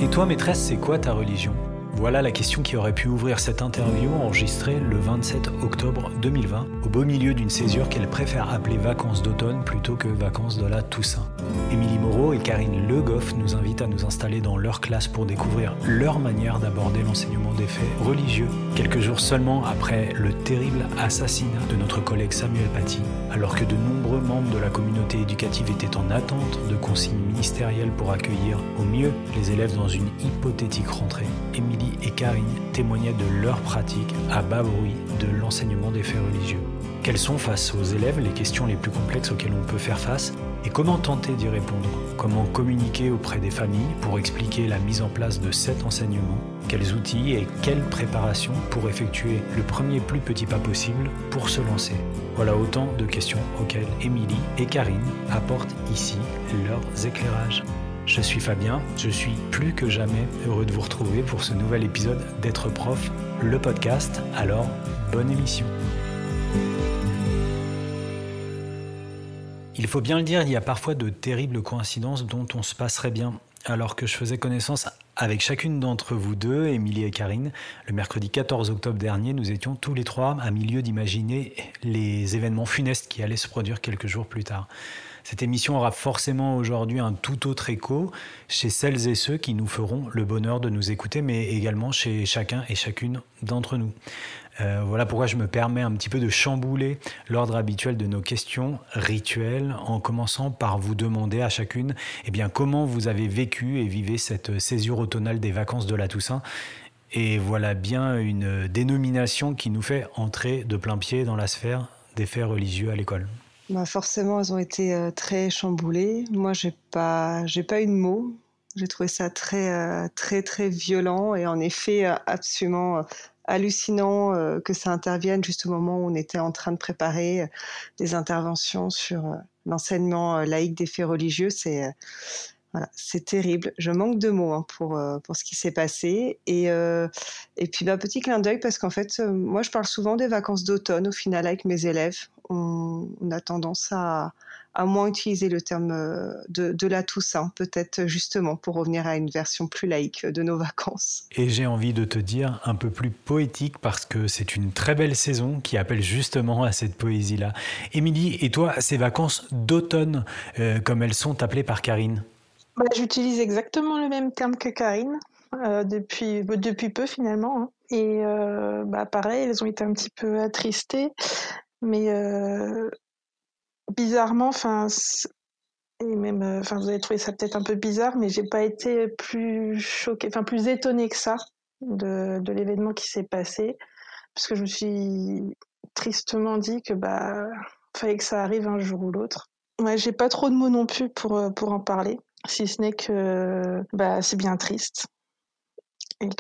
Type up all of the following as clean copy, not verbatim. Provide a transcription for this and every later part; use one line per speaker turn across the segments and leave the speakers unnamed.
Et toi, maîtresse, c'est quoi ta religion ? Voilà la question qui aurait pu ouvrir cette interview enregistrée le 27 octobre 2020, au beau milieu d'une césure qu'elle préfère appeler vacances d'automne plutôt que vacances de la Toussaint. Émilie Moreau et Karine Le Goff nous invitent à nous installer dans leur classe pour découvrir leur manière d'aborder l'enseignement des faits religieux. Quelques jours seulement après le terrible assassinat de notre collègue Samuel Paty, alors que de nombreux membres de la communauté éducative étaient en attente de consignes ministérielles pour accueillir au mieux les élèves dans une hypothétique rentrée, Émilie et Karine témoignaient de leur pratique à bas bruit de l'enseignement des faits religieux. Quelles sont face aux élèves les questions les plus complexes auxquelles on peut faire face et comment tenter d'y répondre ? Comment communiquer auprès des familles pour expliquer la mise en place de cet enseignement ? Quels outils et quelle préparation pour effectuer le premier plus petit pas possible pour se lancer ? Voilà autant de questions auxquelles Émilie et Karine apportent ici leurs éclairages. Je suis Fabien, je suis plus que jamais heureux de vous retrouver pour ce nouvel épisode d'être prof, le podcast. Alors, bonne émission. Il faut bien le dire, il y a parfois de terribles coïncidences dont on se passerait bien. Alors que je faisais connaissance avec chacune d'entre vous deux, Émilie et Karine, le mercredi 14 octobre dernier, nous étions tous les trois à milieu d'imaginer les événements funestes qui allaient se produire quelques jours plus tard. Cette émission aura forcément aujourd'hui un tout autre écho chez celles et ceux qui nous feront le bonheur de nous écouter, mais également chez chacun et chacune d'entre nous. Voilà pourquoi je me permets un petit peu de chambouler l'ordre habituel de nos questions rituelles, en commençant par vous demander à chacune comment vous avez vécu et vivez cette césure automnale des vacances de la Toussaint. Et voilà bien une dénomination qui nous fait entrer de plein pied dans la sphère des faits religieux à l'école.
Forcément, elles ont été très chamboulées. Moi, j'ai pas eu de mots. J'ai trouvé ça très violent et en effet absolument hallucinant que ça intervienne juste au moment où on était en train de préparer des interventions sur l'enseignement laïque des faits religieux. Voilà, c'est terrible. Je manque de mots pour ce qui s'est passé. Et puis, petit clin d'œil parce qu'en fait, moi, je parle souvent des vacances d'automne au final avec mes élèves. On a tendance à moins utiliser le terme de la Toussaint, peut-être justement pour revenir à une version plus laïque de nos vacances.
Et j'ai envie de te dire un peu plus poétique parce que c'est une très belle saison qui appelle justement à cette poésie-là. Émilie, et toi, ces vacances d'automne, comme elles sont appelées par Karine ?
J'utilise exactement le même terme que Karine depuis peu finalement. Hein. Et pareil, elles ont été un petit peu attristées, mais bizarrement, et même, vous avez trouvé ça peut-être un peu bizarre, mais j'ai pas été plus choquée, plus étonnée que ça de l'événement qui s'est passé, parce que je me suis tristement dit que fallait que ça arrive un jour ou l'autre. Ouais, j'ai pas trop de mots non plus pour en parler. Si ce n'est que c'est bien triste et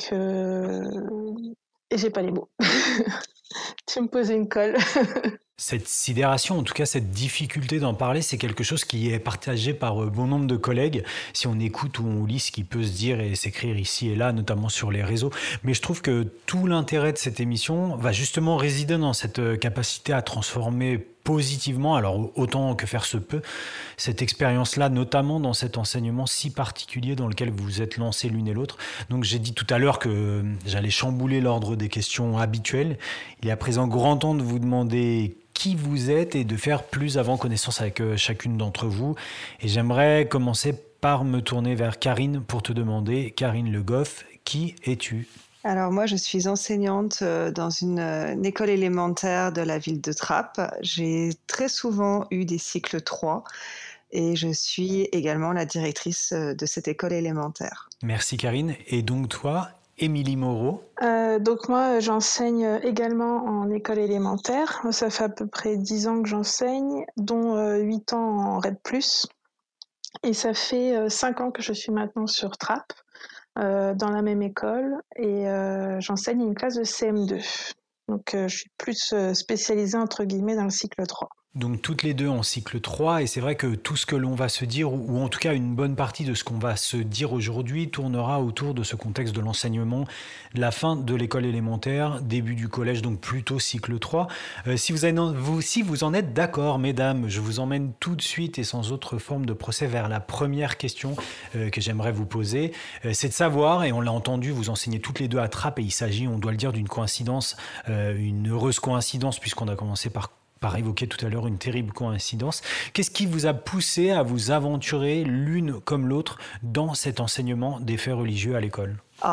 j'ai pas les mots. Tu me poses une colle.
Cette sidération, en tout cas cette difficulté d'en parler, c'est quelque chose qui est partagé par bon nombre de collègues. Si on écoute ou on lit ce qui peut se dire et s'écrire ici et là, notamment sur les réseaux. Mais je trouve que tout l'intérêt de cette émission va justement résider dans cette capacité à transformer positivement, alors autant que faire se peut, cette expérience-là, notamment dans cet enseignement si particulier dans lequel vous vous êtes lancés l'une et l'autre. Donc j'ai dit tout à l'heure que j'allais chambouler l'ordre des questions habituelles. Il est à présent grand temps de vous demander qui vous êtes et de faire plus avant connaissance avec chacune d'entre vous. Et j'aimerais commencer par me tourner vers Karine pour te demander, Karine Le Goff, qui es-tu ?
Alors moi, je suis enseignante dans une école élémentaire de la ville de Trappes. J'ai très souvent eu des cycles 3 et je suis également la directrice de cette école élémentaire.
Merci Karine. Et donc toi, Émilie Moreau ?
Donc moi, j'enseigne également en école élémentaire. Ça fait à peu près 10 ans que j'enseigne, dont 8 ans en REP+. Et ça fait 5 ans que je suis maintenant sur Trappes. Dans la même école et j'enseigne une classe de CM2. Donc je suis plus spécialisée entre guillemets dans le cycle 3.
Donc toutes les deux en cycle 3, et c'est vrai que tout ce que l'on va se dire, ou en tout cas une bonne partie de ce qu'on va se dire aujourd'hui, tournera autour de ce contexte de l'enseignement, de la fin de l'école élémentaire, début du collège, donc plutôt cycle 3. Si vous en êtes d'accord, mesdames, je vous emmène tout de suite et sans autre forme de procès vers la première question que j'aimerais vous poser. C'est de savoir, et on l'a entendu, vous enseignez toutes les deux à Trappes, et il s'agit, on doit le dire, d'une coïncidence, une heureuse coïncidence, puisqu'on a commencé par évoquer tout à l'heure une terrible coïncidence. Qu'est-ce qui vous a poussé à vous aventurer l'une comme l'autre dans cet enseignement des faits religieux à l'école?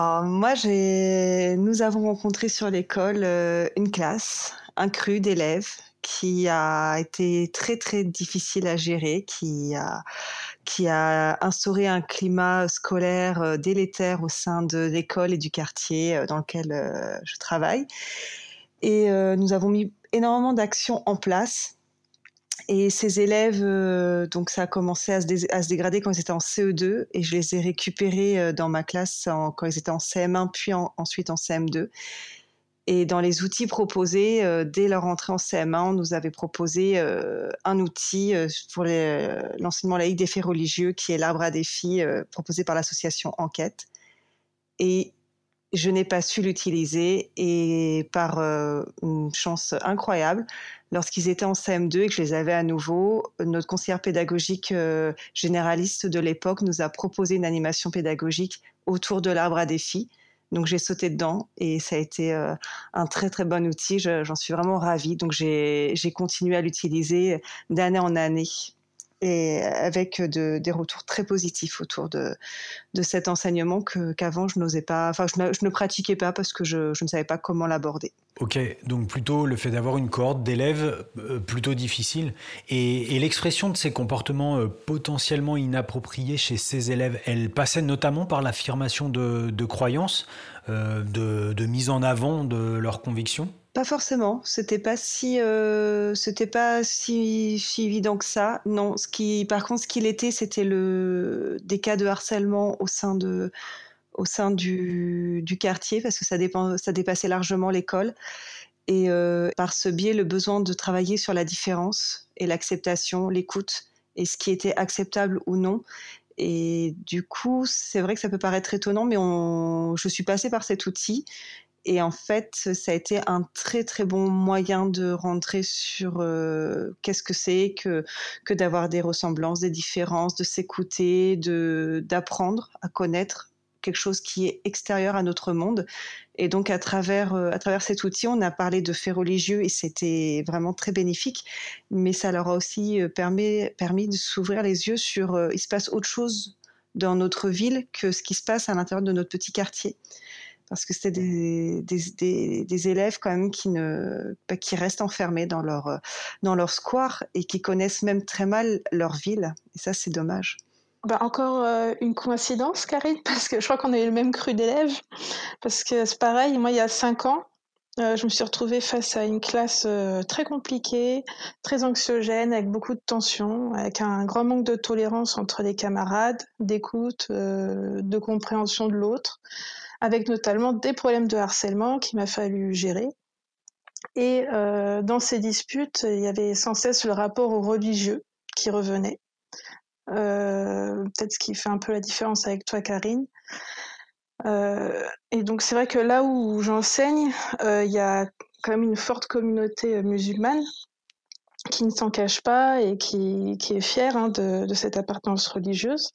Nous avons rencontré sur l'école une classe, un cru d'élèves qui a été très très difficile à gérer, qui a instauré un climat scolaire délétère au sein de l'école et du quartier dans lequel je travaille. Et nous avons mis énormément d'actions en place. Et ces élèves, donc ça a commencé à se dégrader quand ils étaient en CE2 et je les ai récupérés dans ma classe quand ils étaétaient en CM1 puis ensuite en CM2. Et dans les outils proposés, dès leur entrée en CM1, on nous avait proposé un outil pour l'enseignement laïque des faits religieux qui est l'arbre à défis proposé par l'association Enquête. Et je n'ai pas su l'utiliser et par une chance incroyable, lorsqu'ils étaient en CM2 et que je les avais à nouveau, notre conseillère pédagogique généraliste de l'époque nous a proposé une animation pédagogique autour de l'arbre à défis. Donc j'ai sauté dedans et ça a été un très très bon outil, j'en suis vraiment ravie. Donc j'ai continué à l'utiliser d'année en année et avec des retours très positifs autour de cet enseignement qu'avant je n'osais pas, enfin je ne pratiquais pas parce que je ne savais pas comment l'aborder.
Ok, donc plutôt le fait d'avoir une cohorte d'élèves plutôt difficile et l'expression de ces comportements potentiellement inappropriés chez ces élèves, elle passait notamment par l'affirmation de croyances, de mise en avant de leurs convictions?
Pas forcément, c'était pas si évident que ça. Non, par contre, ce qu'il était, c'était des cas de harcèlement au sein du quartier, parce que ça dépassait largement l'école. Et par ce biais, le besoin de travailler sur la différence et l'acceptation, l'écoute, et ce qui était acceptable ou non. Et du coup, c'est vrai que ça peut paraître étonnant, mais je suis passée par cet outil. Et en fait, ça a été un très très bon moyen de rentrer sur qu'est-ce que c'est que d'avoir des ressemblances, des différences, de s'écouter, d'apprendre à connaître quelque chose qui est extérieur à notre monde. Et donc à travers cet outil, on a parlé de faits religieux et c'était vraiment très bénéfique. Mais ça leur a aussi permis de s'ouvrir les yeux sur il se passe autre chose dans notre ville que ce qui se passe à l'intérieur de notre petit quartier. Parce que c'était des élèves quand même qui restent enfermés dans leur square et qui connaissent même très mal leur ville. Et ça, c'est dommage.
Encore une coïncidence, Karine, parce que je crois qu'on a eu le même cru d'élèves. Parce que c'est pareil, moi, il y a 5 ans, je me suis retrouvée face à une classe très compliquée, très anxiogène, avec beaucoup de tensions, avec un grand manque de tolérance entre les camarades, d'écoute, de compréhension de l'autre, avec notamment des problèmes de harcèlement qu'il m'a fallu gérer. Et dans ces disputes, il y avait sans cesse le rapport au religieux qui revenait. Peut-être ce qui fait un peu la différence avec toi, Karine. Et donc c'est vrai que là où j'enseigne, il y a quand même une forte communauté musulmane qui ne s'en cache pas et qui est fière de cette appartenance religieuse.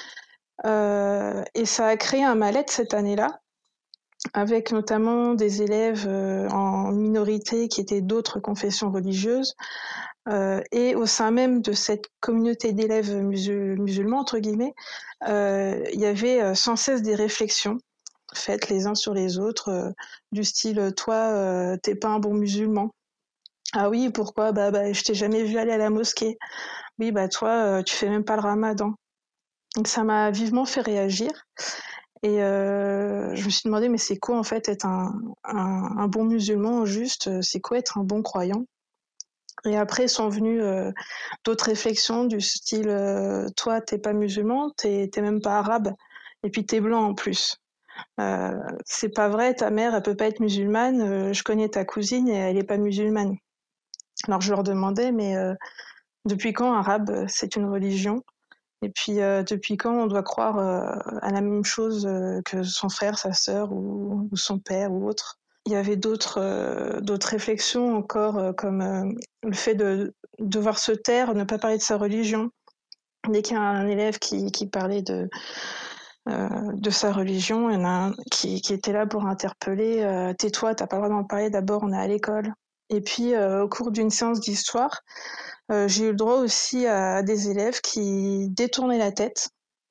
Et ça a créé un mal-être cette année-là, avec notamment des élèves en minorité qui étaient d'autres confessions religieuses. Et au sein même de cette communauté d'élèves musulmans, entre guillemets, il y avait sans cesse des réflexions faites les uns sur les autres, du style « toi, t'es pas un bon musulman ». Ah oui, pourquoi ? Je t'ai jamais vu aller à la mosquée. Oui, toi, tu fais même pas le ramadan. Donc ça m'a vivement fait réagir. Et je me suis demandé, mais c'est quoi en fait être un bon musulman au juste ? C'est quoi être un bon croyant ? Et après sont venues d'autres réflexions du style toi, t'es pas musulman, t'es même pas arabe, et puis t'es blanc en plus. C'est pas vrai, ta mère, elle peut pas être musulmane, je connais ta cousine et elle est pas musulmane. Alors je leur demandais, mais depuis quand arabe, c'est une religion? Et puis depuis quand on doit croire à la même chose que son frère, sa sœur ou son père ou autre? Il y avait d'autres réflexions encore, comme le fait de devoir se taire, ne pas parler de sa religion. Dès qu'il y a un élève qui parlait de sa religion, il y en a un qui était là pour interpeller, tais-toi, t'as pas le droit d'en parler, d'abord on est à l'école. Et puis au cours d'une séance d'histoire, j'ai eu le droit aussi à des élèves qui détournaient la tête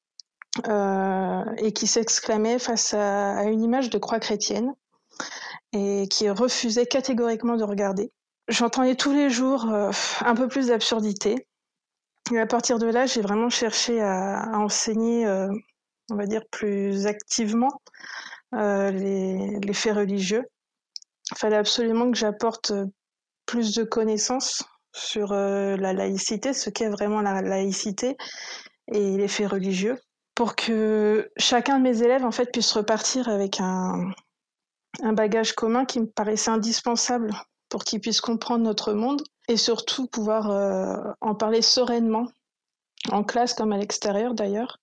et qui s'exclamaient face à une image de croix chrétienne et qui refusaient catégoriquement de regarder. J'entendais tous les jours un peu plus d'absurdité. Et à partir de là, j'ai vraiment cherché à enseigner, on va dire, plus activement les faits religieux. Il fallait absolument que j'apporte plus de connaissances sur la laïcité, ce qu'est vraiment la laïcité et les faits religieux, pour que chacun de mes élèves en fait puisse repartir avec un bagage commun qui me paraissait indispensable pour qu'ils puissent comprendre notre monde et surtout pouvoir en parler sereinement, en classe comme à l'extérieur d'ailleurs,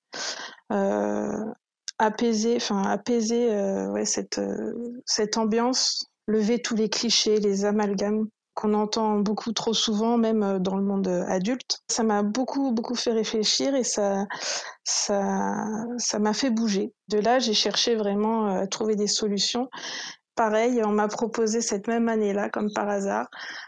apaiser ouais, cette ambiance, lever tous les clichés, les amalgames qu'on entend beaucoup trop souvent, même dans le monde adulte. Ça m'a beaucoup fait réfléchir et ça m'a fait bouger. De là, j'ai cherché vraiment à trouver des solutions. Pareil, on m'a proposé cette même année-là, comme par hasard,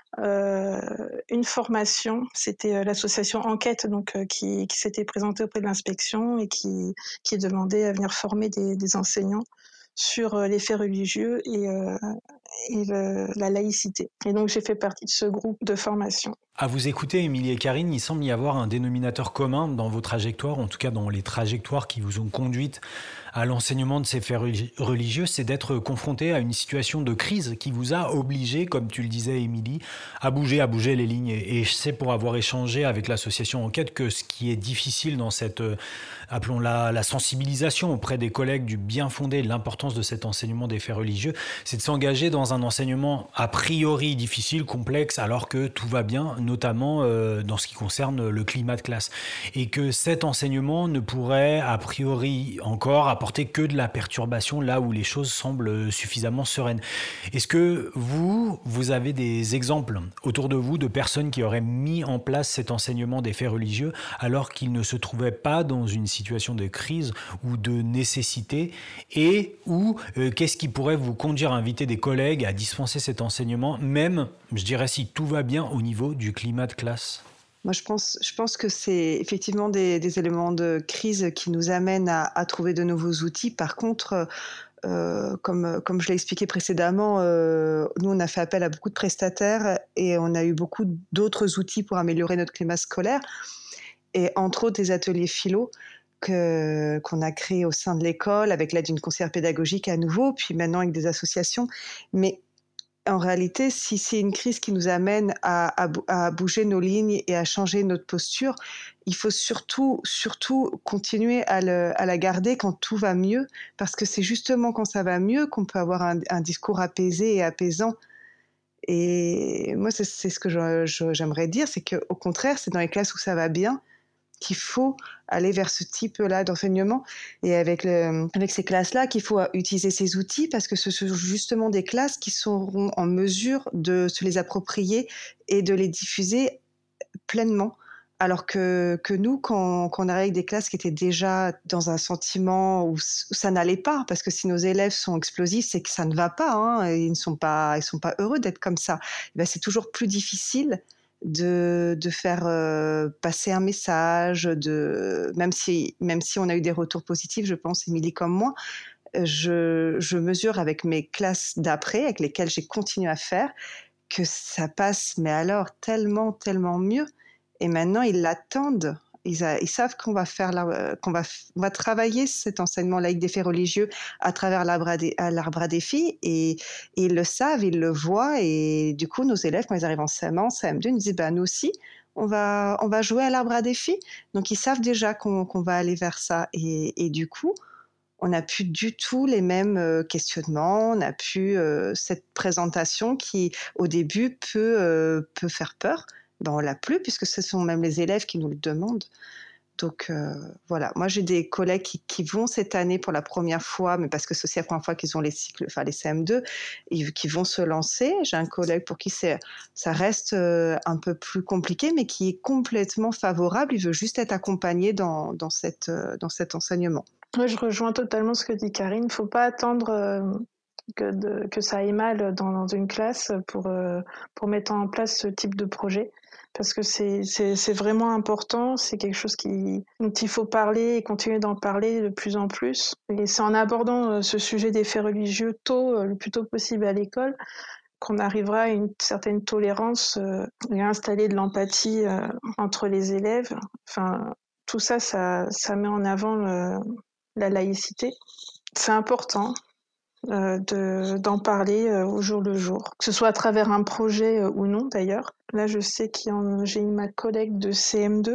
une formation. C'était l'association Enquête donc, qui s'était présentée auprès de l'inspection et qui demandait à venir former des enseignants sur les faits religieux et la laïcité. Et donc j'ai fait partie de ce groupe de formation.
À vous écouter, Émilie et Karine, il semble y avoir un dénominateur commun dans vos trajectoires, en tout cas dans les trajectoires qui vous ont conduite à l'enseignement de ces faits religieux, c'est d'être confronté à une situation de crise qui vous a obligé, comme tu le disais Émilie, à bouger les lignes. Et je sais pour avoir échangé avec l'association Enquête que ce qui est difficile dans cette, appelons-la la sensibilisation auprès des collègues du bien fondé et de l'importance de cet enseignement des faits religieux, c'est de s'engager dans un enseignement a priori difficile, complexe, alors que tout va bien, notamment dans ce qui concerne le climat de classe. Et que cet enseignement ne pourrait a priori encore apporter que de la perturbation là où les choses semblent suffisamment sereines. Est-ce que vous avez des exemples autour de vous de personnes qui auraient mis en place cet enseignement des faits religieux alors qu'ils ne se trouvaient pas dans une situation de crise ou de nécessité et ou qu'est-ce qui pourrait vous conduire à inviter des collègues à dispenser cet enseignement, même, je dirais, si tout va bien au niveau du climat de classe ?
Moi, je pense que c'est effectivement des éléments de crise qui nous amènent à trouver de nouveaux outils. Par contre, comme je l'ai expliqué précédemment, nous, on a fait appel à beaucoup de prestataires et on a eu beaucoup d'autres outils pour améliorer notre climat scolaire. Et entre autres, des ateliers philo qu'on a créés au sein de l'école avec l'aide d'une conseillère pédagogique à nouveau, puis maintenant avec des associations. Mais en réalité, si c'est une crise qui nous amène à bouger nos lignes et à changer notre posture, il faut surtout continuer à la garder quand tout va mieux, parce que c'est justement quand ça va mieux qu'on peut avoir un discours apaisé et apaisant. Et moi, c'est ce que j'aimerais dire, c'est qu'au contraire, c'est dans les classes où ça va bien qu'il faut aller vers ce type-là d'enseignement et avec ces classes-là qu'il faut utiliser ces outils parce que ce sont justement des classes qui seront en mesure de se les approprier et de les diffuser pleinement. Alors que nous, quand on arrive avec des classes qui étaient déjà dans un sentiment où ça n'allait pas, parce que si nos élèves sont explosifs, c'est que ça ne va pas, hein, et ils ne sont pas heureux d'être comme ça. Et ben, c'est toujours plus difficile de faire passer un message, même si on a eu des retours positifs, je pense, Émilie comme moi, je mesure avec mes classes d'après, avec lesquelles j'ai continué à faire, que ça passe, mais alors tellement, tellement mieux. Et maintenant, ils l'attendent. Ils savent qu'on va on va travailler cet enseignement laïque des faits religieux à travers l'arbre à défis et ils le savent, ils le voient et du coup nos élèves quand ils arrivent en CM1, en CM2, ils nous disent nous aussi on va jouer à l'arbre à défis. Donc ils savent déjà qu'on va aller vers ça et du coup on n'a plus du tout les mêmes questionnements, on n'a plus cette présentation qui, au début, peut faire peur. Ben, on l'a plus, puisque ce sont même les élèves qui nous le demandent. Donc voilà, moi j'ai des collègues qui vont cette année pour la première fois, mais parce que c'est aussi la première fois qu'ils ont les cycles, enfin les CM2, et qui vont se lancer. J'ai un collègue pour qui ça reste un peu plus compliqué, mais qui est complètement favorable. Il veut juste être accompagné dans cet enseignement.
Moi, je rejoins totalement ce que dit Karine. Il ne faut pas attendre que ça aille mal dans une classe pour mettre en place ce type de projet. Parce que c'est vraiment important, c'est quelque chose dont il faut parler et continuer d'en parler de plus en plus. Et c'est en abordant ce sujet des faits religieux tôt, le plus tôt possible à l'école, qu'on arrivera à une certaine tolérance et à installer de l'empathie entre les élèves. Enfin, tout ça met en avant la laïcité. C'est important d'en parler au jour le jour, que ce soit à travers un projet ou non d'ailleurs. Là, je sais j'ai ma collègue de CM2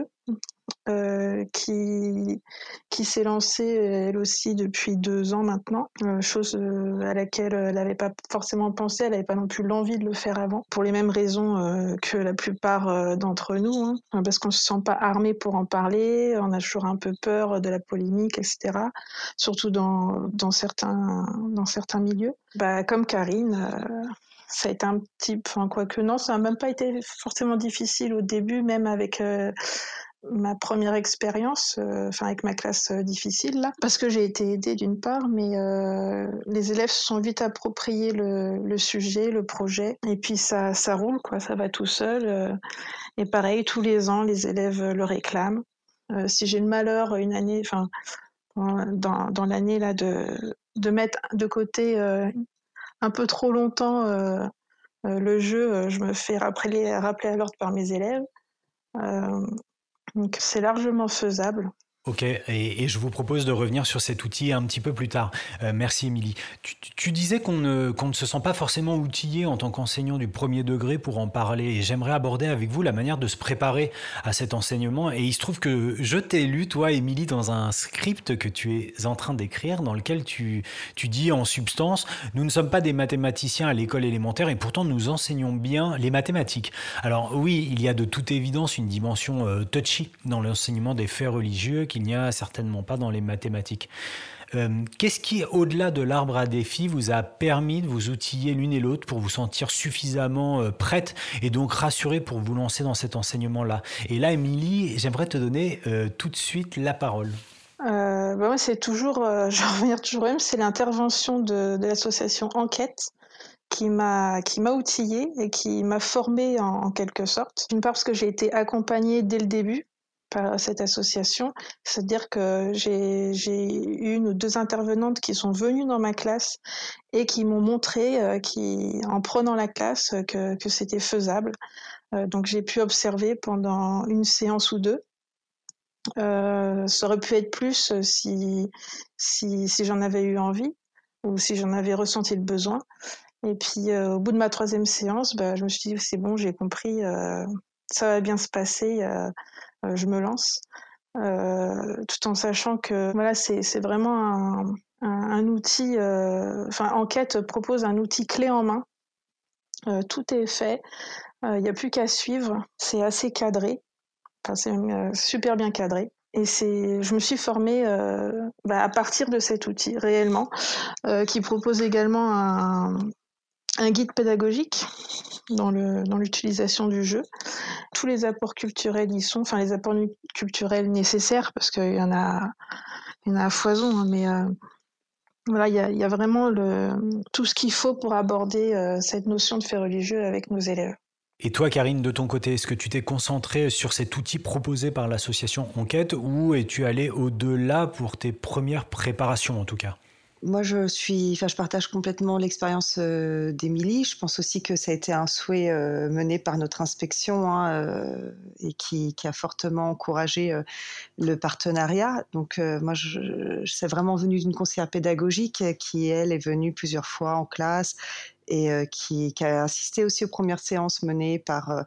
qui s'est lancée elle aussi depuis 2 ans maintenant, chose à laquelle elle n'avait pas forcément pensé, elle n'avait pas non plus l'envie de le faire avant, pour les mêmes raisons que la plupart d'entre nous, hein, parce qu'on ne se sent pas armé pour en parler, on a toujours un peu peur de la polémique, etc., surtout dans certains milieux. Bah, comme Karine, ça a été un petit... Enfin, quoique non, ça n'a même pas été forcément difficile au début, même avec ma première expérience, avec ma classe difficile, là, parce que j'ai été aidée d'une part, mais les élèves se sont vite appropriés le sujet, le projet, et puis ça roule, quoi, ça va tout seul. Et pareil, tous les ans, les élèves le réclament. Si j'ai le malheur, une année, dans l'année là, de mettre de côté un peu trop longtemps le jeu, je me fais rappeler à l'ordre par mes élèves. Donc c'est largement faisable.
Ok, et je vous propose de revenir sur cet outil un petit peu plus tard. Merci Émilie. Tu disais qu'on ne se sent pas forcément outillé en tant qu'enseignant du premier degré pour en parler, et j'aimerais aborder avec vous la manière de se préparer à cet enseignement. Et il se trouve que je t'ai lu, toi Émilie, dans un script que tu es en train d'écrire, dans lequel tu dis en substance: nous ne sommes pas des mathématiciens à l'école élémentaire et pourtant nous enseignons bien les mathématiques. Alors oui, il y a de toute évidence une dimension touchy dans l'enseignement des faits religieux qu'il n'y a certainement pas dans les mathématiques. Qu'est-ce qui, au-delà de l'arbre à défis, vous a permis de vous outiller l'une et l'autre pour vous sentir suffisamment prête et donc rassurée pour vous lancer dans cet enseignement-là? Et là, Émilie, j'aimerais te donner tout de suite la parole.
Moi, c'est toujours, je vais revenir toujours même, c'est l'intervention de l'association Enquête qui m'a outillée et qui m'a formée en quelque sorte. D'une part parce que j'ai été accompagnée dès le début par cette association, c'est-à-dire que j'ai eu 1 ou 2 intervenantes qui sont venues dans ma classe et qui m'ont montré, en prenant la classe, que c'était faisable. Donc j'ai pu observer pendant 1 séance ou 2. Ça aurait pu être plus si j'en avais eu envie ou si j'en avais ressenti le besoin. Et puis au bout de ma 3e séance, je me suis dit: c'est bon, j'ai compris, ça va bien se passer, je me lance. Tout en sachant que voilà, c'est vraiment un outil, Enquête propose un outil clé en main. Tout est fait, il n'y a plus qu'à suivre, c'est assez cadré, c'est même super bien cadré. Et je me suis formée à partir de cet outil réellement, qui propose également un guide pédagogique dans l'utilisation du jeu. Tous les apports culturels y sont, les apports culturels nécessaires, parce qu'il y en a à foison, hein, mais voilà, il y a vraiment tout ce qu'il faut pour aborder cette notion de fait religieux avec nos élèves.
Et toi, Karine, de ton côté, est-ce que tu t'es concentrée sur cet outil proposé par l'association Enquête, ou es-tu allée au-delà pour tes premières préparations en tout cas?
Moi, je partage complètement l'expérience d'Émilie. Je pense aussi que ça a été un souhait mené par notre inspection, hein, et qui a fortement encouragé le partenariat. Donc, moi, c'est vraiment venu d'une conseillère pédagogique qui, elle, est venue plusieurs fois en classe et qui a assisté aussi aux premières séances menées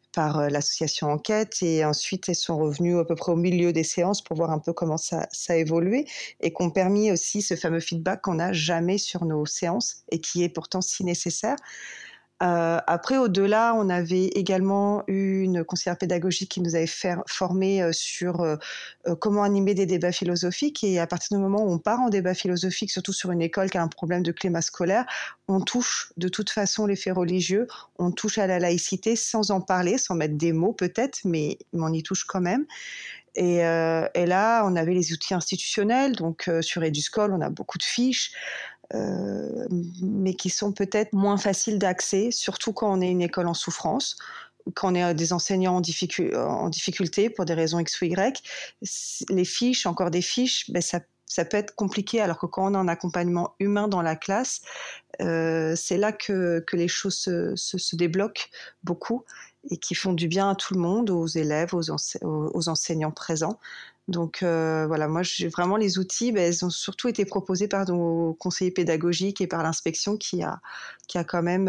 par l'association Enquête, et ensuite elles sont revenues à peu près au milieu des séances pour voir un peu comment ça a évolué, et qui ont permis aussi ce fameux feedback qu'on n'a jamais sur nos séances et qui est pourtant si nécessaire. Après, au-delà, on avait également eu une conseillère pédagogique qui nous avait formé sur comment animer des débats philosophiques. Et à partir du moment où on part en débat philosophique, surtout sur une école qui a un problème de climat scolaire, on touche de toute façon les faits religieux, on touche à la laïcité sans en parler, sans mettre des mots peut-être, mais on y touche quand même. Et là, on avait les outils institutionnels. Donc, sur Eduscol, on a beaucoup de fiches, mais qui sont peut-être moins faciles d'accès, surtout quand on est une école en souffrance, quand on est des enseignants en difficulté pour des raisons X ou Y. Les fiches, encore des fiches, ça peut être compliqué, alors que quand on a un accompagnement humain dans la classe, c'est là que les choses se débloquent beaucoup et qui font du bien à tout le monde, aux élèves, aux enseignants présents. Donc voilà, moi vraiment les outils, ils ont surtout été proposés par nos conseillers pédagogiques et par l'inspection qui a quand même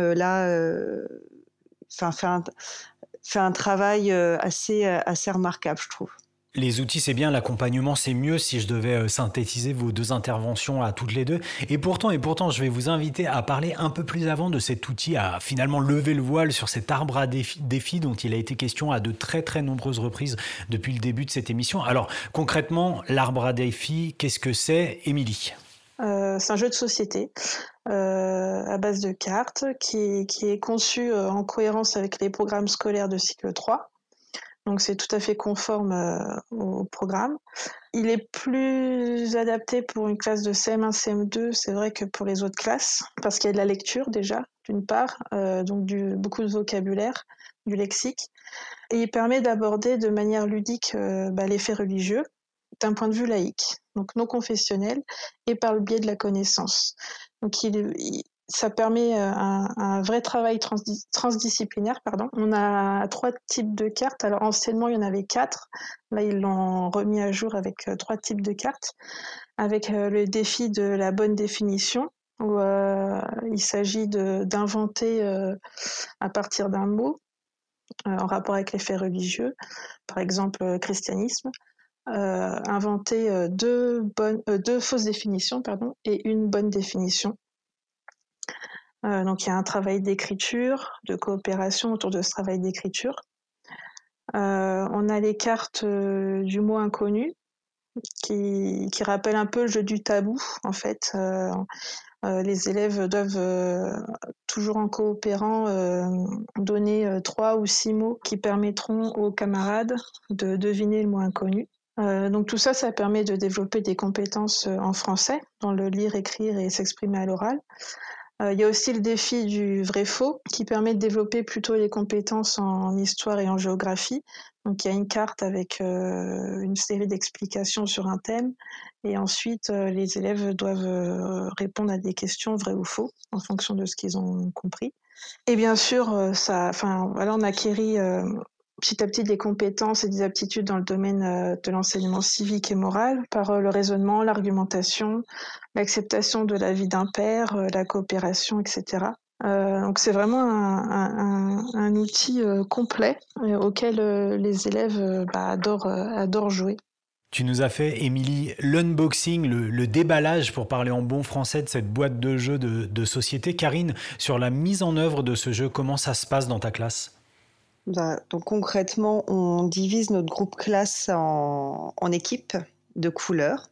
fait un travail assez remarquable, je trouve.
Les outils, c'est bien, l'accompagnement, c'est mieux, si je devais synthétiser vos deux interventions à toutes les deux. Et pourtant, je vais vous inviter à parler un peu plus avant de cet outil, à finalement lever le voile sur cet arbre à défis dont il a été question à de très très nombreuses reprises depuis le début de cette émission. Alors concrètement, l'arbre à défis, qu'est-ce que c'est, Émilie ?
C'est un jeu de société à base de cartes qui est conçu en cohérence avec les programmes scolaires de cycle 3. Donc c'est tout à fait conforme au programme. Il est plus adapté pour une classe de CM1, CM2, c'est vrai, que pour les autres classes, parce qu'il y a de la lecture déjà, d'une part, donc beaucoup de vocabulaire, du lexique, et il permet d'aborder de manière ludique les faits religieux d'un point de vue laïque, donc non confessionnel, et par le biais de la connaissance. Donc ça permet un vrai travail transdisciplinaire. On a 3 types de cartes. Alors anciennement, il y en avait 4. Là, ils l'ont remis à jour avec 3 types de cartes, avec le défi de la bonne définition, où il s'agit d'inventer à partir d'un mot en rapport avec les faits religieux, par exemple christianisme, inventer 2 fausses définitions et une bonne définition. Donc il y a un travail d'écriture, de coopération autour de ce travail d'écriture. On a les cartes du mot inconnu qui rappellent un peu le jeu du tabou en fait. Les élèves doivent toujours en coopérant donner 3 ou 6 mots qui permettront aux camarades de deviner le mot inconnu. Donc tout ça, ça permet de développer des compétences en français, dans le lire, écrire et s'exprimer à l'oral. Il y a aussi le défi du vrai-faux qui permet de développer plutôt les compétences en histoire et en géographie. Donc il y a une carte avec une série d'explications sur un thème et ensuite les élèves doivent répondre à des questions vrai ou faux en fonction de ce qu'ils ont compris. Et bien sûr, on acquérit petit à petit des compétences et des aptitudes dans le domaine de l'enseignement civique et moral par le raisonnement, l'argumentation, l'acceptation de l'avis d'un père, la coopération, etc. Donc c'est vraiment un outil complet auquel les élèves adorent jouer.
Tu nous as fait, Émilie, l'unboxing, le déballage, pour parler en bon français, de cette boîte de jeux de société. Karine, sur la mise en œuvre de ce jeu, comment ça se passe dans ta classe ?
Donc concrètement, on divise notre groupe classe en équipes de couleurs.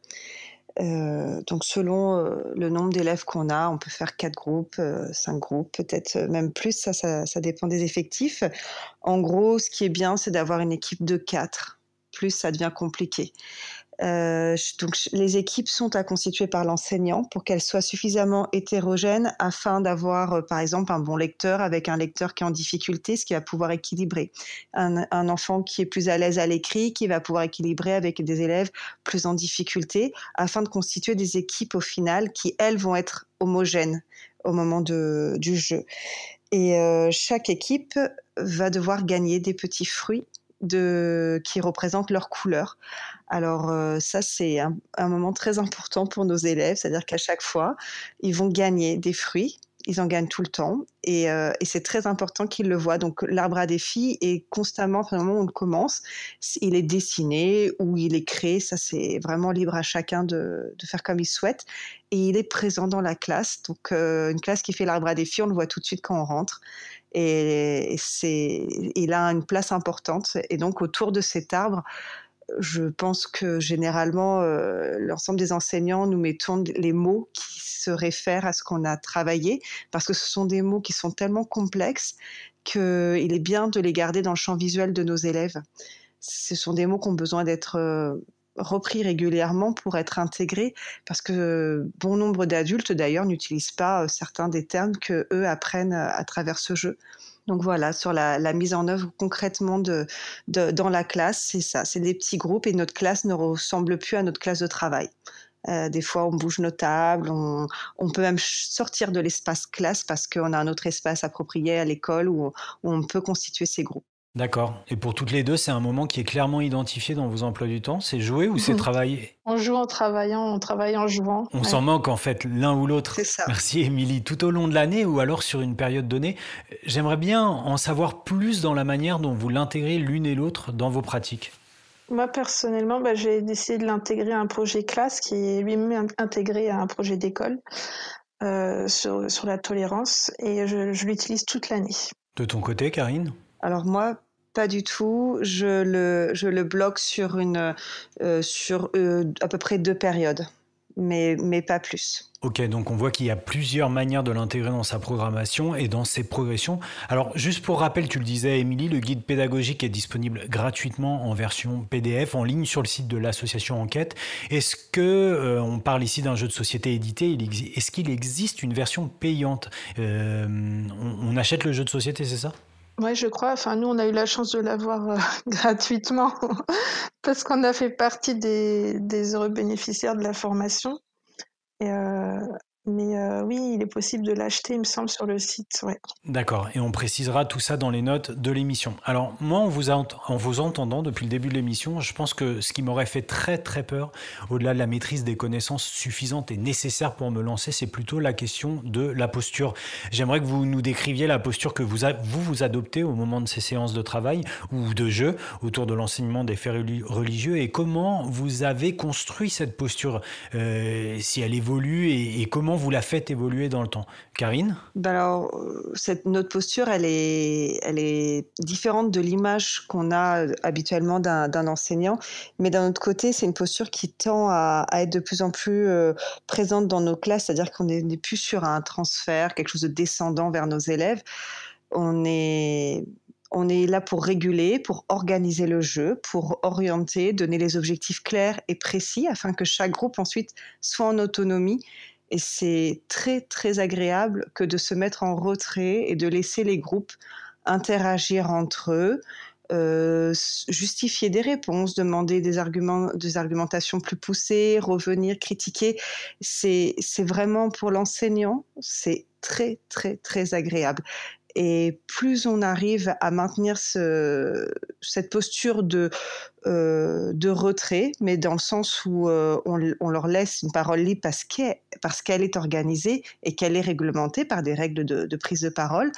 Donc selon le nombre d'élèves qu'on a, on peut faire 4 groupes, 5 groupes, peut-être même plus, ça dépend des effectifs. En gros, ce qui est bien, c'est d'avoir une équipe de 4. Plus, ça devient compliqué. Donc les équipes sont à constituer par l'enseignant pour qu'elles soient suffisamment hétérogènes afin d'avoir, par exemple, un bon lecteur avec un lecteur qui est en difficulté, ce qui va pouvoir équilibrer. Un enfant qui est plus à l'aise à l'écrit, qui va pouvoir équilibrer avec des élèves plus en difficulté, afin de constituer des équipes au final qui, elles, vont être homogènes au moment du jeu. Et chaque équipe va devoir gagner des petits fruits qui représentent leurs couleurs. Alors ça, c'est un moment très important pour nos élèves, c'est-à-dire qu'à chaque fois, ils vont gagner des fruits Ils en gagnent tout le temps et c'est très important qu'ils le voient. Donc l'arbre à défis est constamment, au moment où on le commence, il est dessiné ou il est créé, ça c'est vraiment libre à chacun de faire comme il souhaite. Et il est présent dans la classe. Donc une classe qui fait l'arbre à défis, on le voit tout de suite quand on rentre. Et il a une place importante. Et donc autour de cet arbre, je pense que généralement, l'ensemble des enseignants, nous mettons les mots qui se réfèrent à ce qu'on a travaillé, parce que ce sont des mots qui sont tellement complexes qu'il est bien de les garder dans le champ visuel de nos élèves. Ce sont des mots qui ont besoin d'être repris régulièrement pour être intégrés, parce que bon nombre d'adultes d'ailleurs n'utilisent pas certains des termes qu'eux apprennent à travers ce jeu. Donc voilà, sur la mise en œuvre concrètement dans la classe, c'est ça, c'est des petits groupes et notre classe ne ressemble plus à notre classe de travail. Des fois, on bouge nos tables, on peut même sortir de l'espace classe parce qu'on a un autre espace approprié à l'école où on peut constituer ces groupes.
D'accord. Et pour toutes les deux, c'est un moment qui est clairement identifié dans vos emplois du temps? C'est jouer ou c'est travailler?
On joue en travaillant, on travaille en jouant.
On
Ouais.
s'en manque en fait l'un ou l'autre.
C'est ça.
Merci Émilie. Tout au long de l'année ou alors sur une période donnée, j'aimerais bien en savoir plus dans la manière dont vous l'intégrez l'une et l'autre dans vos pratiques.
Moi, personnellement, j'ai décidé de l'intégrer à un projet classe qui est lui-même intégré à un projet d'école sur la tolérance et je l'utilise toute l'année.
De ton côté, Karine?
Alors moi, pas du tout. Je le bloque sur à peu près 2 périodes, mais pas plus.
Ok, donc on voit qu'il y a plusieurs manières de l'intégrer dans sa programmation et dans ses progressions. Alors, juste pour rappel, tu le disais, Émilie, le guide pédagogique est disponible gratuitement en version PDF en ligne sur le site de l'association Enquête. Est-ce que, on parle ici d'un jeu de société édité, est-ce qu'il existe une version payante? On achète le jeu de société, c'est ça?
Ouais, je crois. Enfin, nous, on a eu la chance de l'avoir gratuitement parce qu'on a fait partie des heureux bénéficiaires de la formation. Mais oui, il est possible de l'acheter, il me semble, sur le site. Ouais.
D'accord, et on précisera tout ça dans les notes de l'émission. Alors moi, en vous entendant depuis le début de l'émission, je pense que ce qui m'aurait fait très très peur, au-delà de la maîtrise des connaissances suffisantes et nécessaires pour me lancer, c'est plutôt la question de la posture. J'aimerais que vous nous décriviez la posture que vous adoptez au moment de ces séances de travail ou de jeu autour de l'enseignement des faits religieux et comment vous avez construit cette posture, si elle évolue et comment vous la faites évoluer dans le temps. Karine?
Alors, notre posture, elle est différente de l'image qu'on a habituellement d'un enseignant, mais d'un autre côté, c'est une posture qui tend à être de plus en plus présente dans nos classes, c'est-à-dire qu'on n'est plus sur un transfert, quelque chose de descendant vers nos élèves. On est là pour réguler, pour organiser le jeu, pour orienter, donner les objectifs clairs et précis afin que chaque groupe ensuite soit en autonomie. Et c'est très, très agréable que de se mettre en retrait et de laisser les groupes interagir entre eux, justifier des réponses, demander des argumentations plus poussées, revenir, critiquer. C'est vraiment pour l'enseignant, c'est très, très, très agréable. Et plus on arrive à maintenir cette posture de retrait, mais dans le sens où on leur laisse une parole libre parce qu'elle est organisée et qu'elle est réglementée par des règles de prise de parole,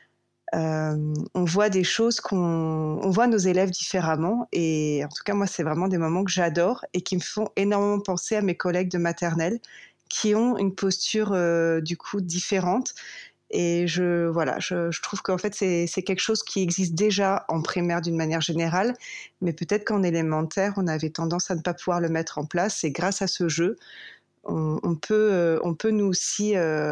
on voit des choses on voit nos élèves différemment. Et en tout cas, moi, c'est vraiment des moments que j'adore et qui me font énormément penser à mes collègues de maternelle qui ont une posture du coup différente. Et je trouve qu'en fait, c'est quelque chose qui existe déjà en primaire d'une manière générale, mais peut-être qu'en élémentaire, on avait tendance à ne pas pouvoir le mettre en place. Et grâce à ce jeu, on peut nous aussi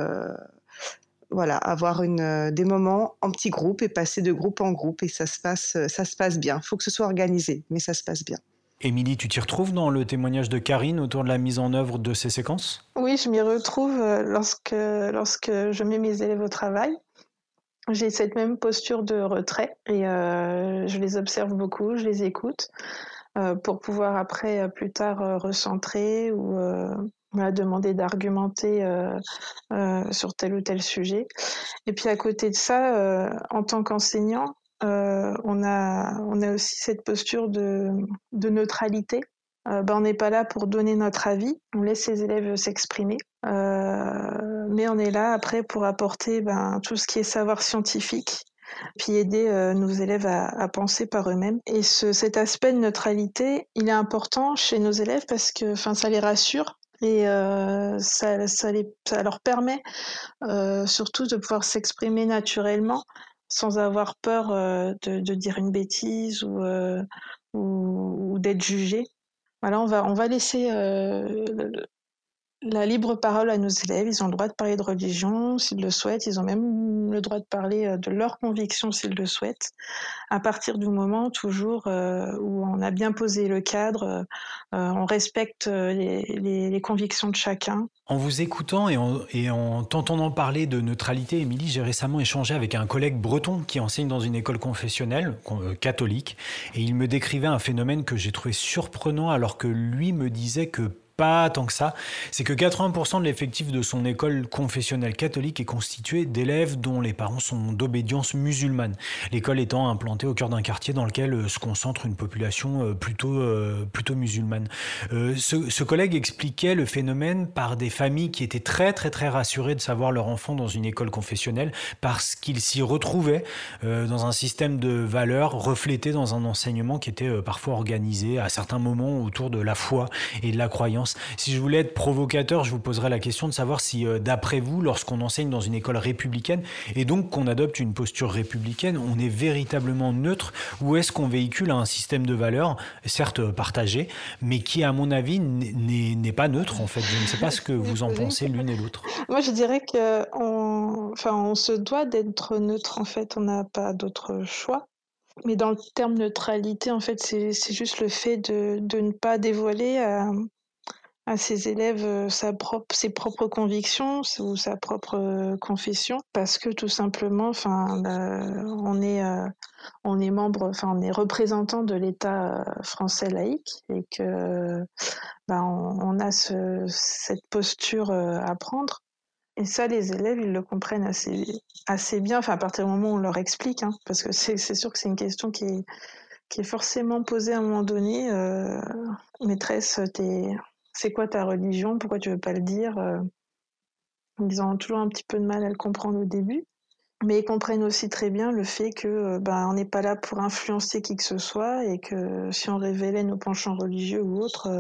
avoir des moments en petits groupes et passer de groupe en groupe. Et ça se passe bien. Il faut que ce soit organisé, mais ça se passe bien.
Émilie, tu t'y retrouves dans le témoignage de Karine autour de la mise en œuvre de ces séquences?
Oui, je m'y retrouve lorsque je mets mes élèves au travail. J'ai cette même posture de retrait et je les observe beaucoup, je les écoute pour pouvoir après, plus tard, recentrer ou demander d'argumenter sur tel ou tel sujet. Et puis à côté de ça, en tant qu'enseignant, on a aussi cette posture de neutralité on n'est pas là pour donner notre avis, on laisse les élèves s'exprimer, mais on est là après pour apporter tout ce qui est savoir scientifique, puis aider nos élèves à penser par eux-mêmes. Et cet aspect de neutralité, il est important chez nos élèves parce que ça les rassure et ça leur permet surtout de pouvoir s'exprimer naturellement sans avoir peur de dire une bêtise ou d'être jugé. Voilà, on va laisser la libre parole à nos élèves. Ils ont le droit de parler de religion s'ils le souhaitent. Ils ont même le droit de parler de leurs convictions s'ils le souhaitent. À partir du moment, toujours, où on a bien posé le cadre, on respecte les convictions de chacun.
En vous écoutant et en t'entendant parler de neutralité, Émilie, j'ai récemment échangé avec un collègue breton qui enseigne dans une école confessionnelle catholique, et il me décrivait un phénomène que j'ai trouvé surprenant alors que lui me disait que pas tant que ça, c'est que 80% de l'effectif de son école confessionnelle catholique est constitué d'élèves dont les parents sont d'obédience musulmane. L'école étant implantée au cœur d'un quartier dans lequel se concentre une population plutôt musulmane. Ce collègue expliquait le phénomène par des familles qui étaient très très très rassurées de savoir leur enfant dans une école confessionnelle parce qu'ils s'y retrouvaient dans un système de valeurs reflété dans un enseignement qui était parfois organisé à certains moments autour de la foi et de la croyance. Si je voulais être provocateur, je vous poserais la question de savoir si, d'après vous, lorsqu'on enseigne dans une école républicaine et donc qu'on adopte une posture républicaine, on est véritablement neutre ou est-ce qu'on véhicule un système de valeurs, certes partagé, mais qui, à mon avis, n'est pas neutre en fait. Je ne sais pas ce que vous en pensez l'une et l'autre.
Moi, je dirais on se doit d'être neutre en fait, on n'a pas d'autre choix. Mais dans le terme neutralité, en fait, c'est juste le fait de ne pas dévoiler à ses élèves ses propres convictions ou sa propre confession, parce que tout simplement, on est membre, on est représentant de l'État français laïque et que on a cette posture à prendre. Et ça, les élèves, ils le comprennent assez bien, à partir du moment où on leur explique, hein, parce que c'est sûr que c'est une question qui est forcément posée à un moment donné. Maîtresse, c'est quoi ta religion? Pourquoi tu veux pas le dire? Ils ont toujours un petit peu de mal à le comprendre au début, mais ils comprennent aussi très bien le fait que on n'est pas là pour influencer qui que ce soit et que si on révélait nos penchants religieux ou autres,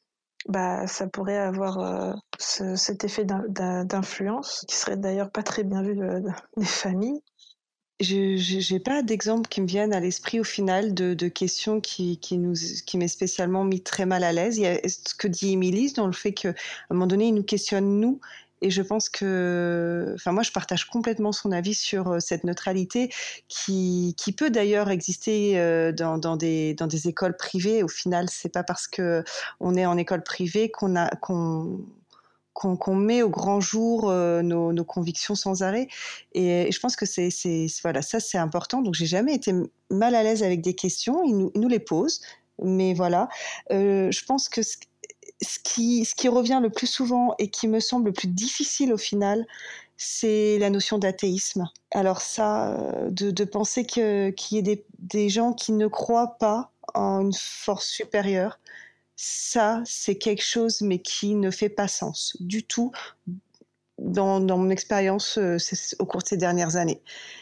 ça pourrait avoir cet effet d'influence qui serait d'ailleurs pas très bien vu des familles.
J'ai pas d'exemple qui me viennent à l'esprit au final de questions qui m'est spécialement mis très mal à l'aise. Il y a ce que dit Émilie dans le fait qu'à un moment donné, il nous questionne nous. Et je pense que, moi, je partage complètement son avis sur cette neutralité qui peut d'ailleurs exister dans des écoles privées. Au final, c'est pas parce que on est en école privée qu'on met au grand jour nos convictions sans arrêt. Et je pense que voilà, ça c'est important. Donc j'ai jamais été mal à l'aise avec des questions. Il nous les pose, mais voilà. Je pense que ce qui revient le plus souvent et qui me semble le plus difficile au final, c'est la notion d'athéisme. Alors ça, de penser qu'il y ait des gens qui ne croient pas en une force supérieure, ça, c'est quelque chose, mais qui ne fait pas sens du tout dans mon expérience au cours de ces dernières années.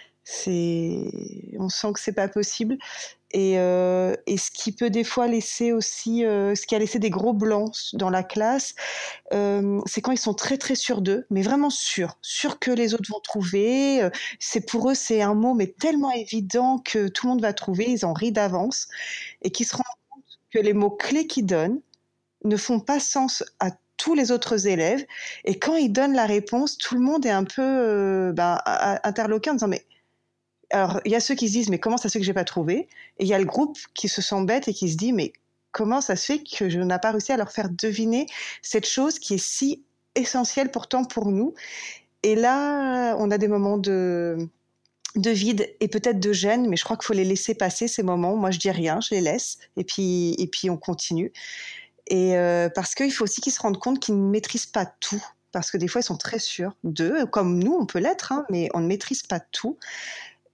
On sent que c'est pas possible. Et ce qui peut des fois laisser aussi, ce qui a laissé des gros blancs dans la classe, c'est quand ils sont très très sûrs d'eux, mais vraiment sûrs que les autres vont trouver. Pour eux, c'est un mot mais tellement évident que tout le monde va trouver. Ils en rient d'avance et qui se rendent compte que les mots clés qu'ils donnent ne font pas sens à tous les autres élèves. Et quand ils donnent la réponse, tout le monde est un peu interloqué en disant mais alors, il y a ceux qui se disent, mais comment ça se fait que j'ai pas trouvé? Et il y a le groupe qui se sent bête et qui se dit, mais comment ça se fait que je n'ai pas réussi à leur faire deviner cette chose qui est si essentielle pourtant pour nous? Et là, on a des moments de vide et peut-être de gêne, mais je crois qu'il faut les laisser passer ces moments. Moi, je dis rien, je les laisse et puis on continue. Et parce qu'il faut aussi qu'ils se rendent compte qu'ils ne maîtrisent pas tout. Parce que des fois, ils sont très sûrs d'eux, comme nous, on peut l'être, hein, mais on ne maîtrise pas tout.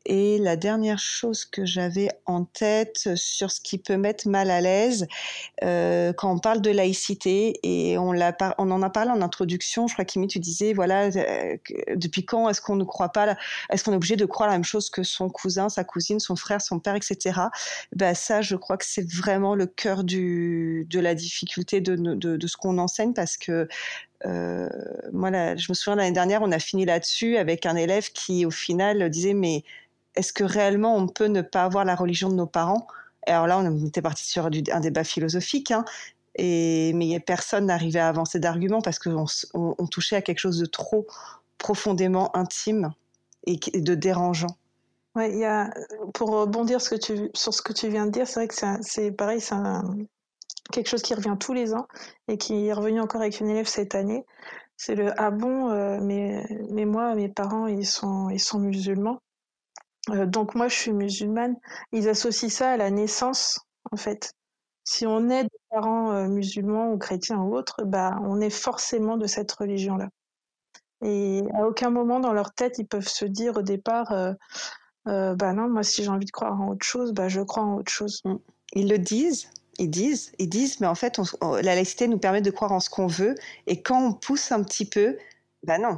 Et la dernière chose que j'avais en tête sur ce qui peut mettre mal à l'aise, quand on parle de laïcité, et on en a parlé en introduction, je crois qu'Imi, tu disais, voilà, depuis quand est-ce qu'on ne croit pas, est-ce qu'on est obligé de croire la même chose que son cousin, sa cousine, son frère, son père, etc. Ben, ça, je crois que c'est vraiment le cœur de la difficulté de ce qu'on enseigne, parce que moi, je me souviens, l'année dernière, on a fini là-dessus avec un élève qui, au final, disait, mais est-ce que réellement on peut ne pas avoir la religion de nos parents? Et alors là, on était parti sur un débat philosophique, hein, mais personne n'arrivait à avancer d'arguments parce qu'on touchait à quelque chose de trop profondément intime et de dérangeant.
Ouais, pour rebondir sur ce que tu viens de dire, c'est vrai que c'est pareil, quelque chose qui revient tous les ans et qui est revenu encore avec une élève cette année. C'est le ah bon, mais moi, mes parents, ils sont musulmans. Donc moi, je suis musulmane. Ils associent ça à la naissance, en fait. Si on est des parents musulmans ou chrétiens ou autres, bah, on est forcément de cette religion-là. Et à aucun moment dans leur tête, ils peuvent se dire au départ, bah non, moi, si j'ai envie de croire en autre chose, bah je crois en autre chose.
Ils le disent, ils disent, mais en fait, la laïcité nous permet de croire en ce qu'on veut. Et quand on pousse un petit peu, bah non,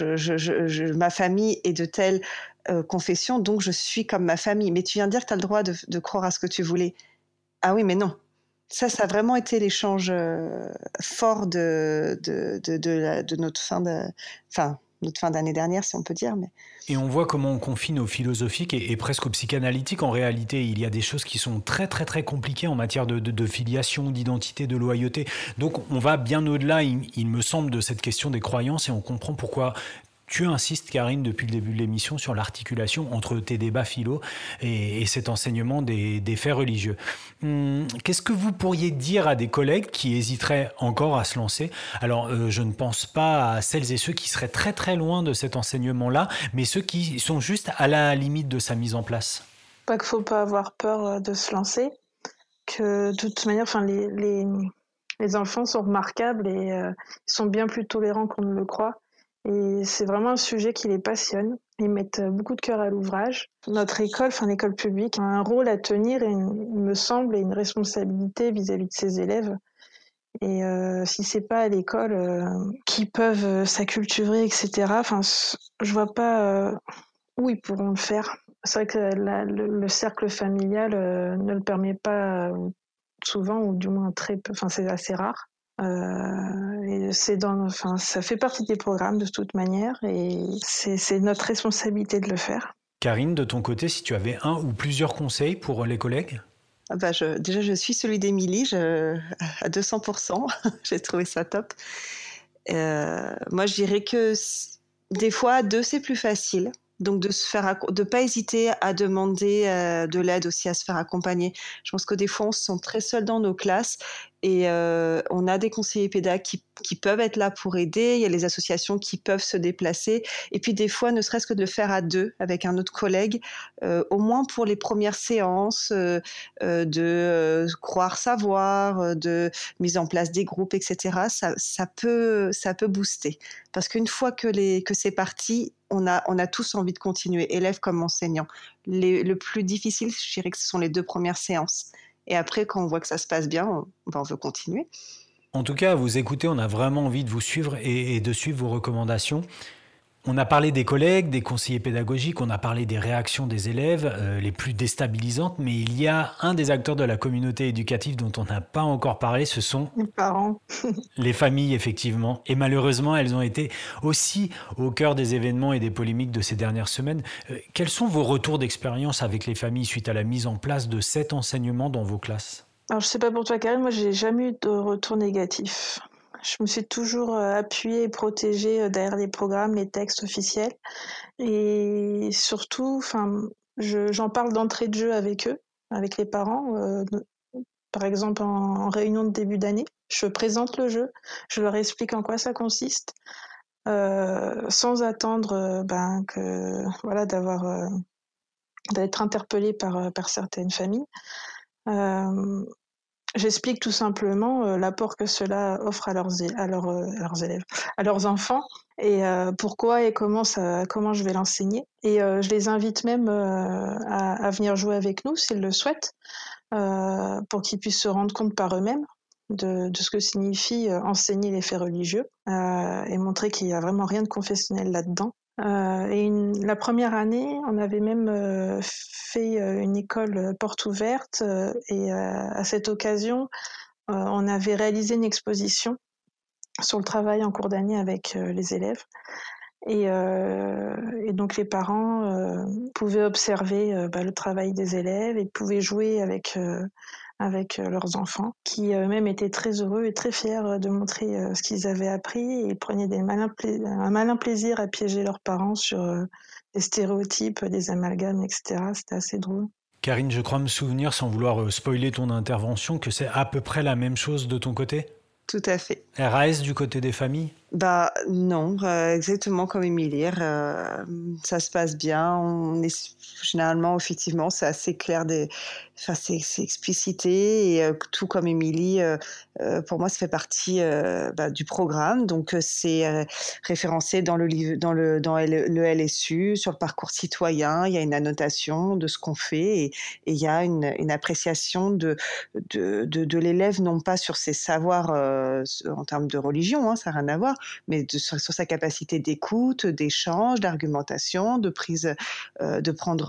ma famille est de telle confession, donc je suis comme ma famille. Mais tu viens de dire que tu as le droit de croire à ce que tu voulais. Ah oui, mais non. Ça a vraiment été l'échange fort de notre notre fin d'année dernière, si on peut dire. Mais...
Et on voit comment on confine au philosophique et presque au psychanalytique. En réalité, il y a des choses qui sont très très très compliquées en matière de filiation, d'identité, de loyauté. Donc on va bien au-delà, il me semble, de cette question des croyances, et on comprend pourquoi tu insistes, Karine, depuis le début de l'émission, sur l'articulation entre tes débats philo et cet enseignement des faits religieux. Qu'est-ce que vous pourriez dire à des collègues qui hésiteraient encore à se lancer? Alors, je ne pense pas à celles et ceux qui seraient très très loin de cet enseignement-là, mais ceux qui sont juste à la limite de sa mise en place.
Pas qu'il ne faut pas avoir peur de se lancer, que de toute manière, les enfants sont remarquables et ils sont bien plus tolérants qu'on ne le croit. Et c'est vraiment un sujet qui les passionne. Ils mettent beaucoup de cœur à l'ouvrage. Notre école, l'école publique, a un rôle à tenir, et il me semble, et une responsabilité vis-à-vis de ses élèves. Et si c'est pas à l'école qu'ils peuvent s'acculturer, etc., je vois pas où ils pourront le faire. C'est vrai que le cercle familial ne le permet pas souvent, ou du moins très peu. C'est assez rare. Et ça fait partie des programmes de toute manière, et c'est notre responsabilité de le faire.
Karine, de ton côté, si tu avais un ou plusieurs conseils pour les collègues?
Déjà, je suis celui d'Émilie, à 200%. J'ai trouvé ça top. Moi, je dirais que des fois, à deux, c'est plus facile. Donc, de pas hésiter à demander de l'aide aussi, à se faire accompagner. Je pense que des fois, on se sent très seul dans nos classes, et on a des conseillers pédagogues qui peuvent être là pour aider. Il y a les associations qui peuvent se déplacer. Et puis, des fois, ne serait-ce que de le faire à deux avec un autre collègue, au moins pour les premières séances, de croire savoir, de mise en place des groupes, etc. Ça peut booster. Parce qu'une fois que c'est parti, on a tous envie de continuer, élèves comme enseignants. Le plus difficile, je dirais que ce sont les 2 premières séances. Et après, quand on voit que ça se passe bien, on veut continuer.
En tout cas, à vous écouter, on a vraiment envie de vous suivre et de suivre vos recommandations. On a parlé des collègues, des conseillers pédagogiques, on a parlé des réactions des élèves, les plus déstabilisantes, mais il y a un des acteurs de la communauté éducative dont on n'a pas encore parlé, ce sont
les parents.
Les familles, effectivement. Et malheureusement, elles ont été aussi au cœur des événements et des polémiques de ces dernières semaines. Quels sont vos retours d'expérience avec les familles suite à la mise en place de cet enseignement dans vos classes?
Alors, je sais pas pour toi, Karine, moi, j'ai jamais eu de retour négatif. Je me suis toujours appuyée et protégée derrière les programmes, les textes officiels. Et surtout, j'en parle d'entrée de jeu avec eux, avec les parents. Par exemple, en réunion de début d'année, je présente le jeu, je leur explique en quoi ça consiste, sans attendre d'être interpellée par certaines familles. j'explique tout simplement l'apport que cela offre à leurs élèves, à leurs enfants, et pourquoi et comment je vais l'enseigner. Et je les invite même à venir jouer avec nous s'ils le souhaitent, pour qu'ils puissent se rendre compte par eux-mêmes de ce que signifie enseigner les faits religieux, et montrer qu'il n'y a vraiment rien de confessionnel là-dedans. La première année, on avait même fait une école porte ouverte, et à cette occasion, on avait réalisé une exposition sur le travail en cours d'année avec les élèves. Et donc les parents pouvaient observer le travail des élèves et pouvaient jouer avec leurs enfants, qui eux-mêmes étaient très heureux et très fiers de montrer ce qu'ils avaient appris, et ils prenaient un malin plaisir à piéger leurs parents sur des stéréotypes, des amalgames, etc. C'était assez drôle.
Karine, je crois me souvenir, sans vouloir spoiler ton intervention, que c'est à peu près la même chose de ton côté ?
Tout à fait.
RAS du côté des familles ?
Bah non, exactement comme Émilie. Ça se passe bien. On est généralement, effectivement, c'est assez clair, c'est explicité, et tout comme Émilie, pour moi, ça fait partie du programme. Donc c'est référencé dans le livre, dans le LSU, sur le parcours citoyen. Il y a une annotation de ce qu'on fait, et il y a une appréciation de l'élève, non pas sur ses savoirs en termes de religion, ça n'a rien à voir, mais sur sa capacité d'écoute, d'échange, d'argumentation, de prise, de prendre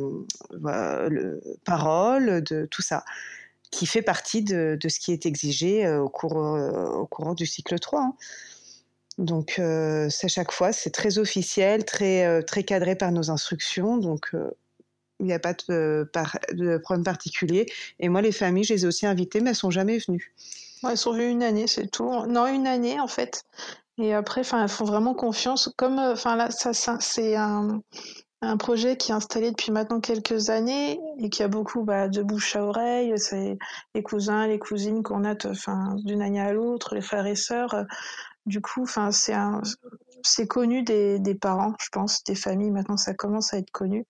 parole, de tout ça, qui fait partie de ce qui est exigé au courant du cycle 3. Donc, c'est chaque fois, c'est très officiel, très cadré par nos instructions. Donc, il n'y a pas de problème particulier. Et moi, les familles, je les ai aussi invitées, mais elles ne sont jamais venues.
Ouais, elles sont venues une année, c'est tout. Non, une année en fait. Et après, elles font vraiment confiance. Comme, là, c'est un projet qui est installé depuis maintenant quelques années et qui a beaucoup de bouche à oreille. C'est les cousins, les cousines qu'on a d'une année à l'autre, les frères et sœurs. Du coup, c'est connu des parents, je pense, des familles. Maintenant, ça commence à être connu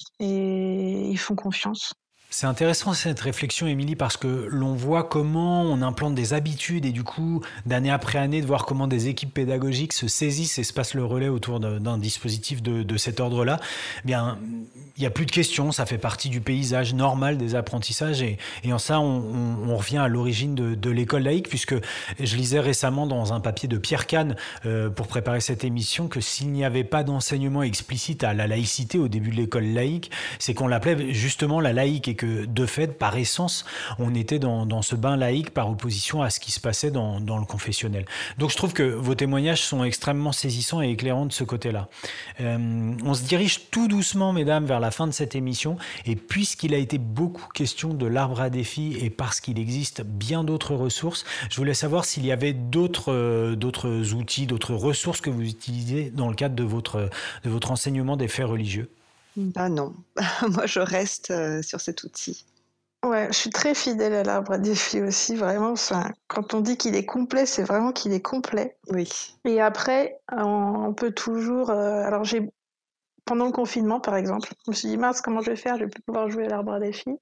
et ils font confiance.
C'est intéressant cette réflexion, Émilie, parce que l'on voit comment on implante des habitudes, et du coup, d'année après année, de voir comment des équipes pédagogiques se saisissent et se passent le relais autour d'un dispositif de cet ordre-là. Eh bien, il n'y a plus de questions, ça fait partie du paysage normal des apprentissages, et en ça, on revient à l'origine de l'école laïque, puisque je lisais récemment dans un papier de Pierre Kahn, pour préparer cette émission, que s'il n'y avait pas d'enseignement explicite à la laïcité au début de l'école laïque, c'est qu'on l'appelait justement la laïque, et que de fait, par essence, on était dans ce bain laïque par opposition à ce qui se passait dans le confessionnel. Donc je trouve que vos témoignages sont extrêmement saisissants et éclairants de ce côté-là. On se dirige tout doucement, mesdames, vers la fin de cette émission, et puisqu'il a été beaucoup question de l'arbre à défis, et parce qu'il existe bien d'autres ressources, je voulais savoir s'il y avait d'autres outils, d'autres ressources que vous utilisez dans le cadre de votre enseignement des faits religieux.
Non, moi je reste sur cet outil.
Ouais, je suis très fidèle à l'arbre à défis aussi, vraiment. Quand on dit qu'il est complet, c'est vraiment qu'il est complet.
Oui.
Et après, on peut toujours... alors pendant le confinement, par exemple, je me suis dit, mince, comment je vais faire ? Je vais plus pouvoir jouer à l'arbre à défis.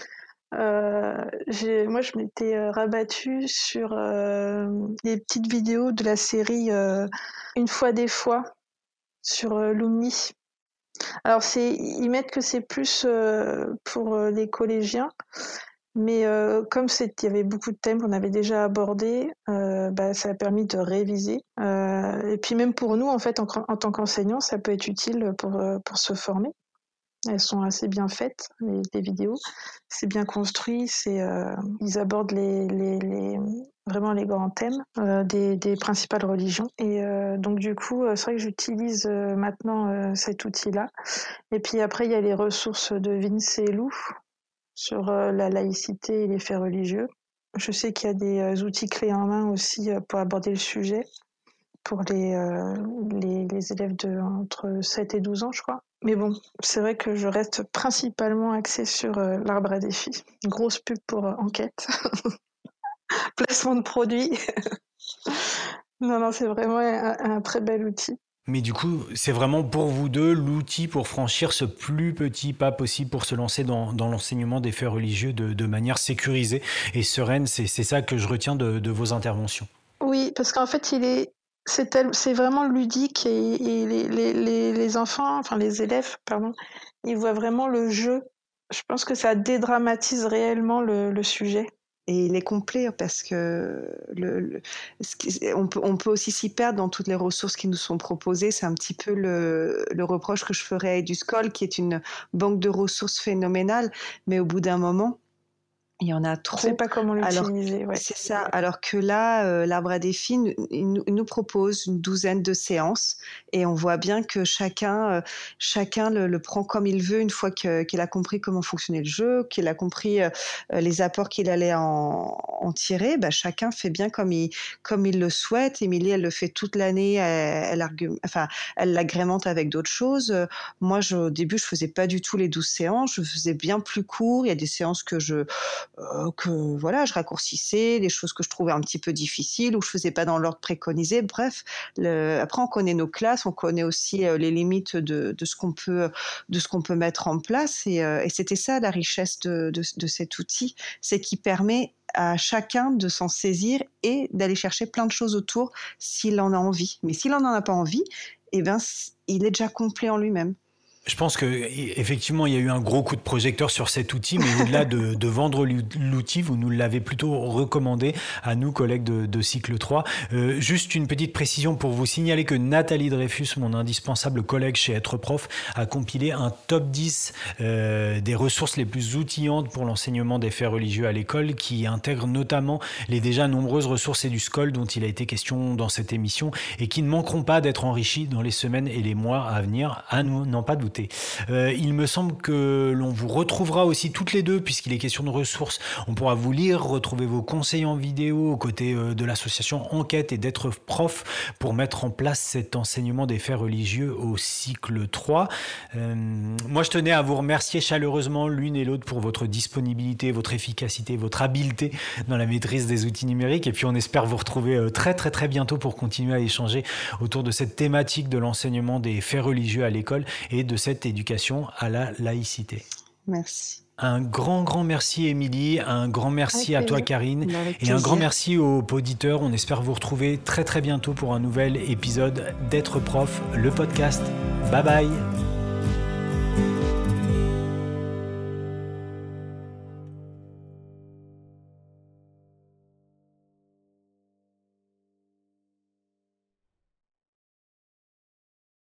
Moi, je m'étais rabattue sur les petites vidéos de la série Une fois des fois sur Lumni. Alors, ils mettent que c'est plus pour les collégiens, mais comme il y avait beaucoup de thèmes qu'on avait déjà abordés, ça a permis de réviser. Et puis même pour nous, en fait, en tant qu'enseignants, ça peut être utile pour se former. Elles sont assez bien faites, les vidéos. C'est bien construit. Ils abordent vraiment les grands thèmes des principales religions. Et donc du coup, c'est vrai que j'utilise maintenant cet outil-là. Et puis après, il y a les ressources de Vince et Lou sur la laïcité et les faits religieux. Je sais qu'il y a des outils clés en main aussi pour aborder le sujet pour les élèves entre 7 et 12 ans, je crois. Mais bon, c'est vrai que je reste principalement axée sur l'arbre à défis. Grosse pub pour Enquête. Placement de produits. Non, c'est vraiment un très bel outil.
Mais du coup, c'est vraiment pour vous deux l'outil pour franchir ce plus petit pas possible pour se lancer dans l'enseignement des faits religieux de manière sécurisée et sereine. C'est ça que je retiens de vos interventions.
Oui, parce qu'en fait, c'est vraiment ludique et les enfants, enfin les élèves, pardon, ils voient vraiment le jeu. Je pense que ça dédramatise réellement le sujet.
Et il est complet parce que on peut aussi s'y perdre dans toutes les ressources qui nous sont proposées. C'est un petit peu le reproche que je ferais à EduSchool, qui est une banque de ressources phénoménale, mais au bout d'un moment, il y en a trop.
On ne sait pas comment l'utiliser. Ouais.
C'est ça. Alors que là, l'Arbre à défis nous propose une douzaine de séances et on voit bien que chacun le prend comme il veut une fois qu'il a compris comment fonctionnait le jeu, qu'il a compris les apports qu'il allait en tirer. Bah, chacun fait bien comme il le souhaite. Émilie, elle le fait toute l'année. Elle l'agrémente avec d'autres choses. Moi, au début, je faisais pas du tout les 12 séances. Je faisais bien plus court. Il y a des séances que je raccourcissais, des choses que je trouvais un petit peu difficiles ou je faisais pas dans l'ordre préconisé. Bref, après on connaît nos classes, on connaît aussi les limites de ce qu'on peut mettre en place et c'était ça la richesse de cet outil, c'est qu'il permet à chacun de s'en saisir et d'aller chercher plein de choses autour s'il en a envie. Mais s'il en a pas envie, eh ben il est déjà complet en lui-même.
Je pense que effectivement il y a eu un gros coup de projecteur sur cet outil, mais au-delà de vendre l'outil, vous nous l'avez plutôt recommandé à nous, collègues de cycle 3. Juste une petite précision pour vous signaler que Nathalie Dreyfus, mon indispensable collègue chez Être Prof, a compilé un top 10 des ressources les plus outillantes pour l'enseignement des faits religieux à l'école, qui intègre notamment les déjà nombreuses ressources EduSchool dont il a été question dans cette émission et qui ne manqueront pas d'être enrichies dans les semaines et les mois à venir, à n'en pas douter. Il me semble que l'on vous retrouvera aussi toutes les deux puisqu'il est question de ressources. On pourra vous lire, retrouver vos conseils en vidéo aux côtés de l'association Enquête et d'Être Prof pour mettre en place cet enseignement des faits religieux au cycle 3. Moi, je tenais à vous remercier chaleureusement l'une et l'autre pour votre disponibilité, votre efficacité, votre habileté dans la maîtrise des outils numériques et puis on espère vous retrouver très très très bientôt pour continuer à échanger autour de cette thématique de l'enseignement des faits religieux à l'école et de cette éducation à la laïcité.
Merci.
Un grand merci Émilie, un grand merci à toi Karine et un grand merci aux auditeurs. On espère vous retrouver très très bientôt pour un nouvel épisode d'Être Prof, le podcast. Bye bye.